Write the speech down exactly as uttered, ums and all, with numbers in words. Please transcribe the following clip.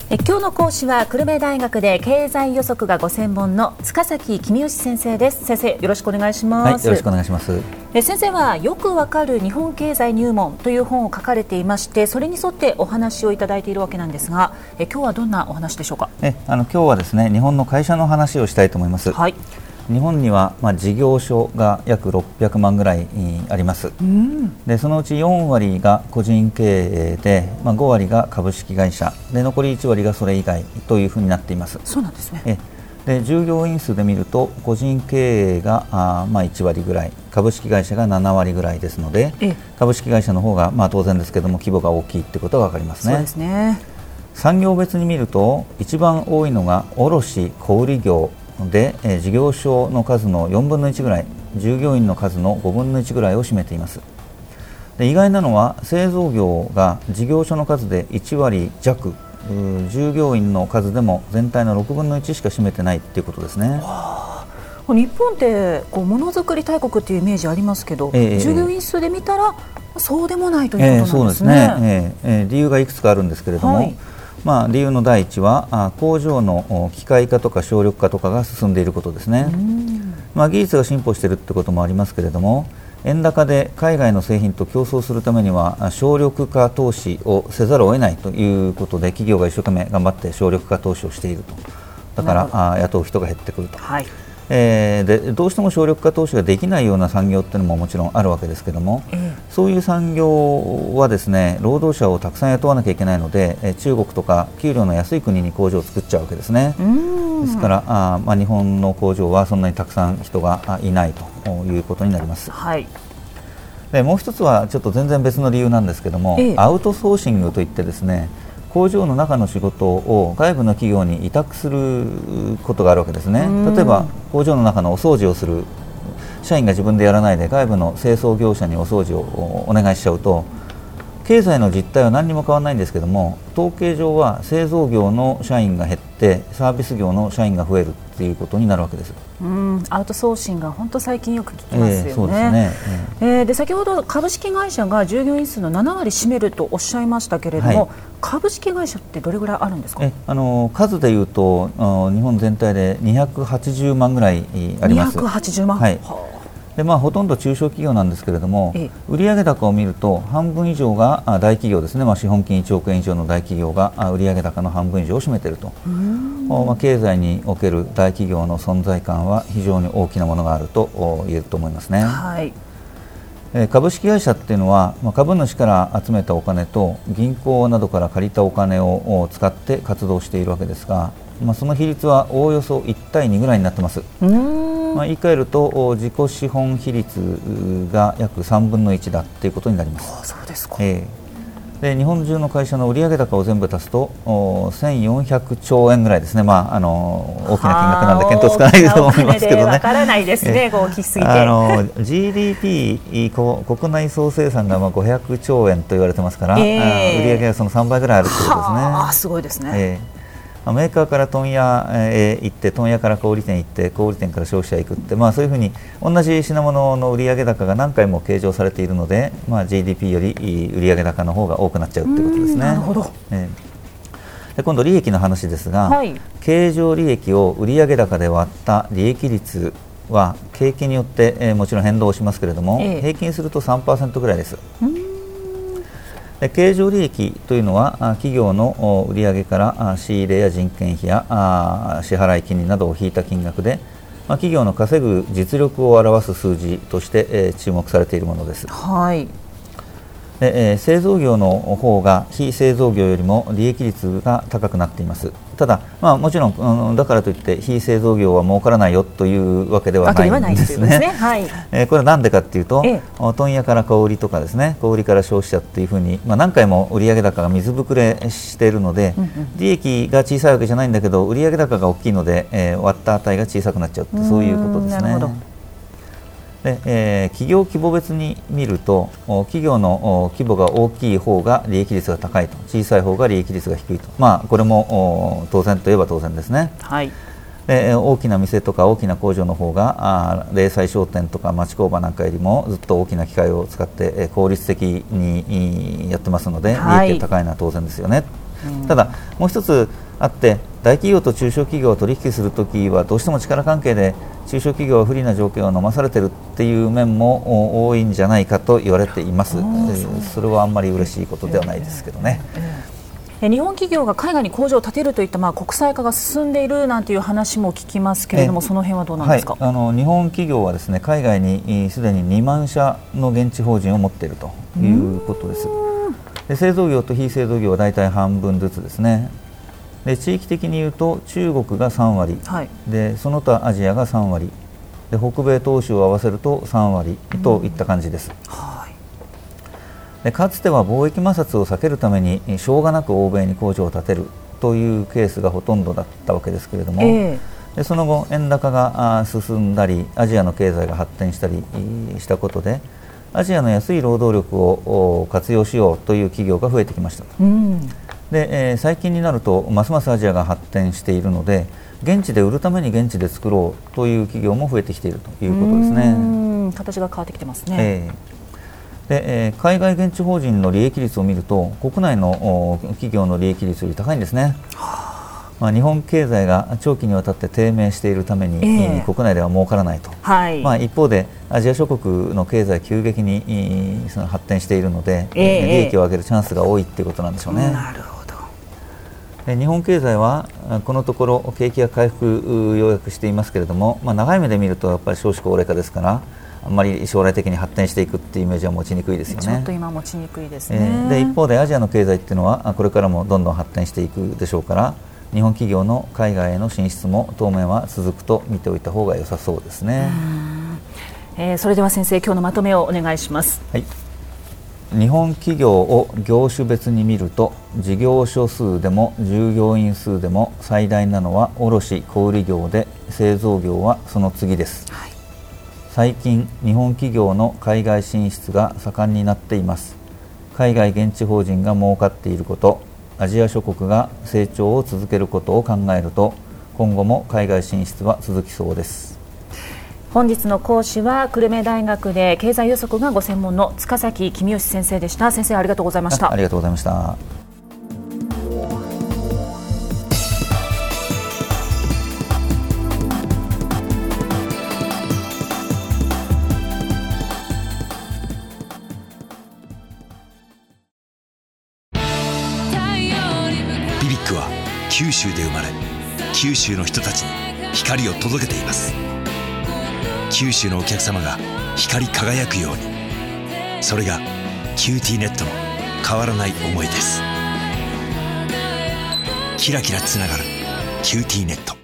え今日の講師は久留米大学で経済予測がご専門の塚崎公義先生です。先生、よろしくお願いします。 はい、よろしくお願いします。 え先生はよくわかる日本経済入門という本を書かれていまして、それに沿ってお話をいただいているわけなんですが、え今日はどんなお話でしょうか。 えあの今日はですね、日本の会社の話をしたいと思います。 はい、 日本には、まあ、事業所が約ろっぴゃくまんぐらいあります。うん、でそのうちよんわりが個人経営で、まあ、ごわりが株式会社で、残りいちわりがそれ以外というふうになっています。 そうなんですね。 えで従業員数で見ると個人経営があ、まあ、いちわりぐらい、株式会社がななわりぐらいですので、株式会社の方が、まあ、当然ですけども規模が大きいということが分かりますね。 そうですね。 産業別に見ると一番多いのが卸小売業で、えー、事業所の数のよんぶんのいちぐらい、従業員の数のごぶんのいちぐらいを占めています。で意外なのは製造業が事業所の数でいちわりじゃく、従業員の数でも全体のろくぶんのいちしか占めてないということですね。 日本ってこうものづくり大国というイメージありますけど、えー、従業員数で見たらそうでもないということなんですね。 えーそうですね、えー、理由がいくつかあるんですけれども、はい、まあ、理由の第一はあ工場の機械化とか省力化とかが進んでいることですね。まあ、技術が進歩しているということもありますけれども、円高で海外の製品と競争するためには省力化投資をせざるを得ないということで、企業が一生懸命頑張って省力化投資をしていると。だからあ雇う人が減ってくると、はい、えー、でどうしても省力化投資ができないような産業っていうのももちろんあるわけですけども、えー、そういう産業はですね、労働者をたくさん雇わなきゃいけないので、え中国とか給料の安い国に工場を作っちゃうわけですね。ですからあ、まあ、日本の工場はそんなにたくさん人がいないということになります。はい、でもう一つはちょっと全然別の理由なんですけども、えー、アウトソーシングといってですね、工場の中の仕事を外部の企業に委託することがあるわけですね。例えば工場の中のお掃除をする社員が自分でやらないで外部の清掃業者にお掃除をお願いしちゃうと、経済の実態は何にも変わらないんですけども、統計上は製造業の社員が減ってサービス業の社員が増えるということになるわけです。 うん、アウトソーシングが本当最近よく聞きますよね。 えー、そうですね。 えー、で先ほど株式会社が従業員数のななわり占めるとおっしゃいましたけれども、はい、株式会社ってどれぐらいあるんですか。 えあの数でいうと日本全体でにひゃくはちじゅうまんぐらいあります。 にひゃくはちじゅうまん、はい、 でまあ、ほとんど中小企業なんですけれども、ええ、売上高を見ると半分以上が大企業ですね。まあ、資本金いちおくえん以上の大企業が売上高の半分以上を占めていると。まあ、経済における大企業の存在感は非常に大きなものがあると言えると思いますね。はい、え株式会社っていうのは、まあ、株主から集めたお金と銀行などから借りたお金を使って活動しているわけですが、まあ、その比率はおおよそいちたいにぐらいになってます。うーん、まあ、言い換えると自己資本比率が約さんぶんのいちだということになります。 あ、そうですか。 えー、で日本中の会社の売上高を全部足すとせんよんひゃくちょうえんぐらいですね。まあ、あの大きな金額なんで見当つかないと思いますけどね。 わからないですね、大きすぎて。 あの ジーディーピー 国内総生産がまあごひゃくちょうえんと言われてますから、えー、売上がそのさんばいぐらいあるということですね。 あ、すごいですね。えーメーカーから問屋へ行って、問屋から小売店へ行って、小売店から消費者へ行くって、まあ、そういうふうに同じ品物の売上高が何回も計上されているので、まあ、ジーディーピー より売上高の方が多くなっちゃうということですね。 なるほど。 えー、で今度利益の話ですが、はい、経常利益を売上高で割った利益率は景気によって、えー、もちろん変動しますけれども、えー、平均すると さんパーセント ぐらいです。で経常利益というのは企業の売上から仕入れや人件費や支払い金利などを引いた金額で、企業の稼ぐ実力を表す数字として注目されているものです。はい、で製造業の方が非製造業よりも利益率が高くなっています。ただ、まあ、もちろん、うん、だからといって非製造業は儲からないよというわけではないんですね。はい、えー、これはなんでかというと、ええ、問屋から小売りとかですね、小売りから消費者というふうに、まあ、何回も売上高が水ぶくれしているので、うんうん、利益が小さいわけじゃないんだけど売上高が大きいので、えー、割った値が小さくなっちゃうってそういうことですね。でえー、企業規模別に見ると企業の規模が大きい方が利益率が高いと、小さい方が利益率が低いと、まあ、これも当然といえば当然ですね。はい、で大きな店とか大きな工場の方があ零細商店とか町工場なんかよりもずっと大きな機械を使って効率的にやってますので、はい、利益が高いのは当然ですよね。 ただもう一つあって、大企業と中小企業を取引するときはどうしても力関係で中小企業は不利な条件を飲まされているっていう面も多いんじゃないかと言われています。えー、それはあんまり嬉しいことではないですけどね。えーえー、日本企業が海外に工場を建てるといった、まあ、国際化が進んでいるなんていう話も聞きますけれども、その辺はどうなんですか。 はい、あの日本企業はですね、海外にすでににまんしゃの現地法人を持っているということです。で、製造業と非製造業はだいたい半分ずつですね。で、地域的に言うと中国がさんわり、はい、でその他アジアがさんわりで、北米と欧州を合わせるとさんわりといった感じです。はい、でかつては貿易摩擦を避けるためにしょうがなく欧米に工場を建てるというケースがほとんどだったわけですけれども、えー、でその後円高が進んだりアジアの経済が発展したりしたことで、アジアの安い労働力を活用しようという企業が増えてきました。うん、で、えー、最近になるとますますアジアが発展しているので、現地で売るために現地で作ろうという企業も増えてきているということですね。 うん、形が変わってきてますね。 えーでえー、海外現地法人の利益率を見ると国内の企業の利益率より高いんですね。はあ、まあ、日本経済が長期にわたって低迷しているために、えー、国内では儲からないと、はい、まあ、一方でアジア諸国の経済急激にその発展しているので、えー、利益を上げるチャンスが多いということなんでしょうね。 なるほど。 で、日本経済はこのところ景気が回復ようやくしていますけれども、まあ、長い目で見るとやっぱり少子高齢化ですから、あんまり将来的に発展していくっていうイメージは持ちにくいですよね。 ちょっと今持ちにくいですね。 えー、で一方でアジアの経済っていうのはこれからもどんどん発展していくでしょうから、日本企業の海外への進出も当面は続くと見ておいた方が良さそうですね。 えー、それでは先生、今日のまとめをお願いします。 はい、日本企業を業種別に見ると、事業所数でも従業員数でも最大なのは卸小売業で、製造業はその次です。はい、最近日本企業の海外進出が盛んになっています。海外現地法人が儲かっていること、アジア諸国が成長を続けることを考えると、今後も海外進出は続きそうです。 本日の講師は久留米大学で経済予測がご専門の塚崎公義先生でした。先生、ありがとうございました。 ありがとうございました。 ビビックは九州で生まれ、九州の人たちに光を届けています。九州のお客様が光り輝くように、それがキューティーネットの変わらない思いです。キラキラつながるキューティーネット。